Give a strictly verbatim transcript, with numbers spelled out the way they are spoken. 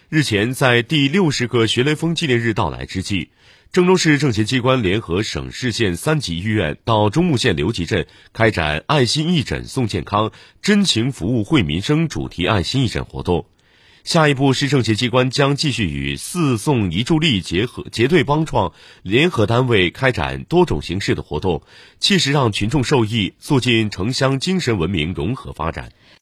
日前，在第六十个学雷锋纪念日到来之际，郑州市政协机关联合省市县三级医院到中牟县刘集镇开展爱心义诊送健康、真情服务惠民生主题爱心义诊活动。下一步，市政协机关将继续与四送一助力结合结对帮创联合单位开展多种形式的活动，切实让群众受益，促进城乡精神文明融合发展。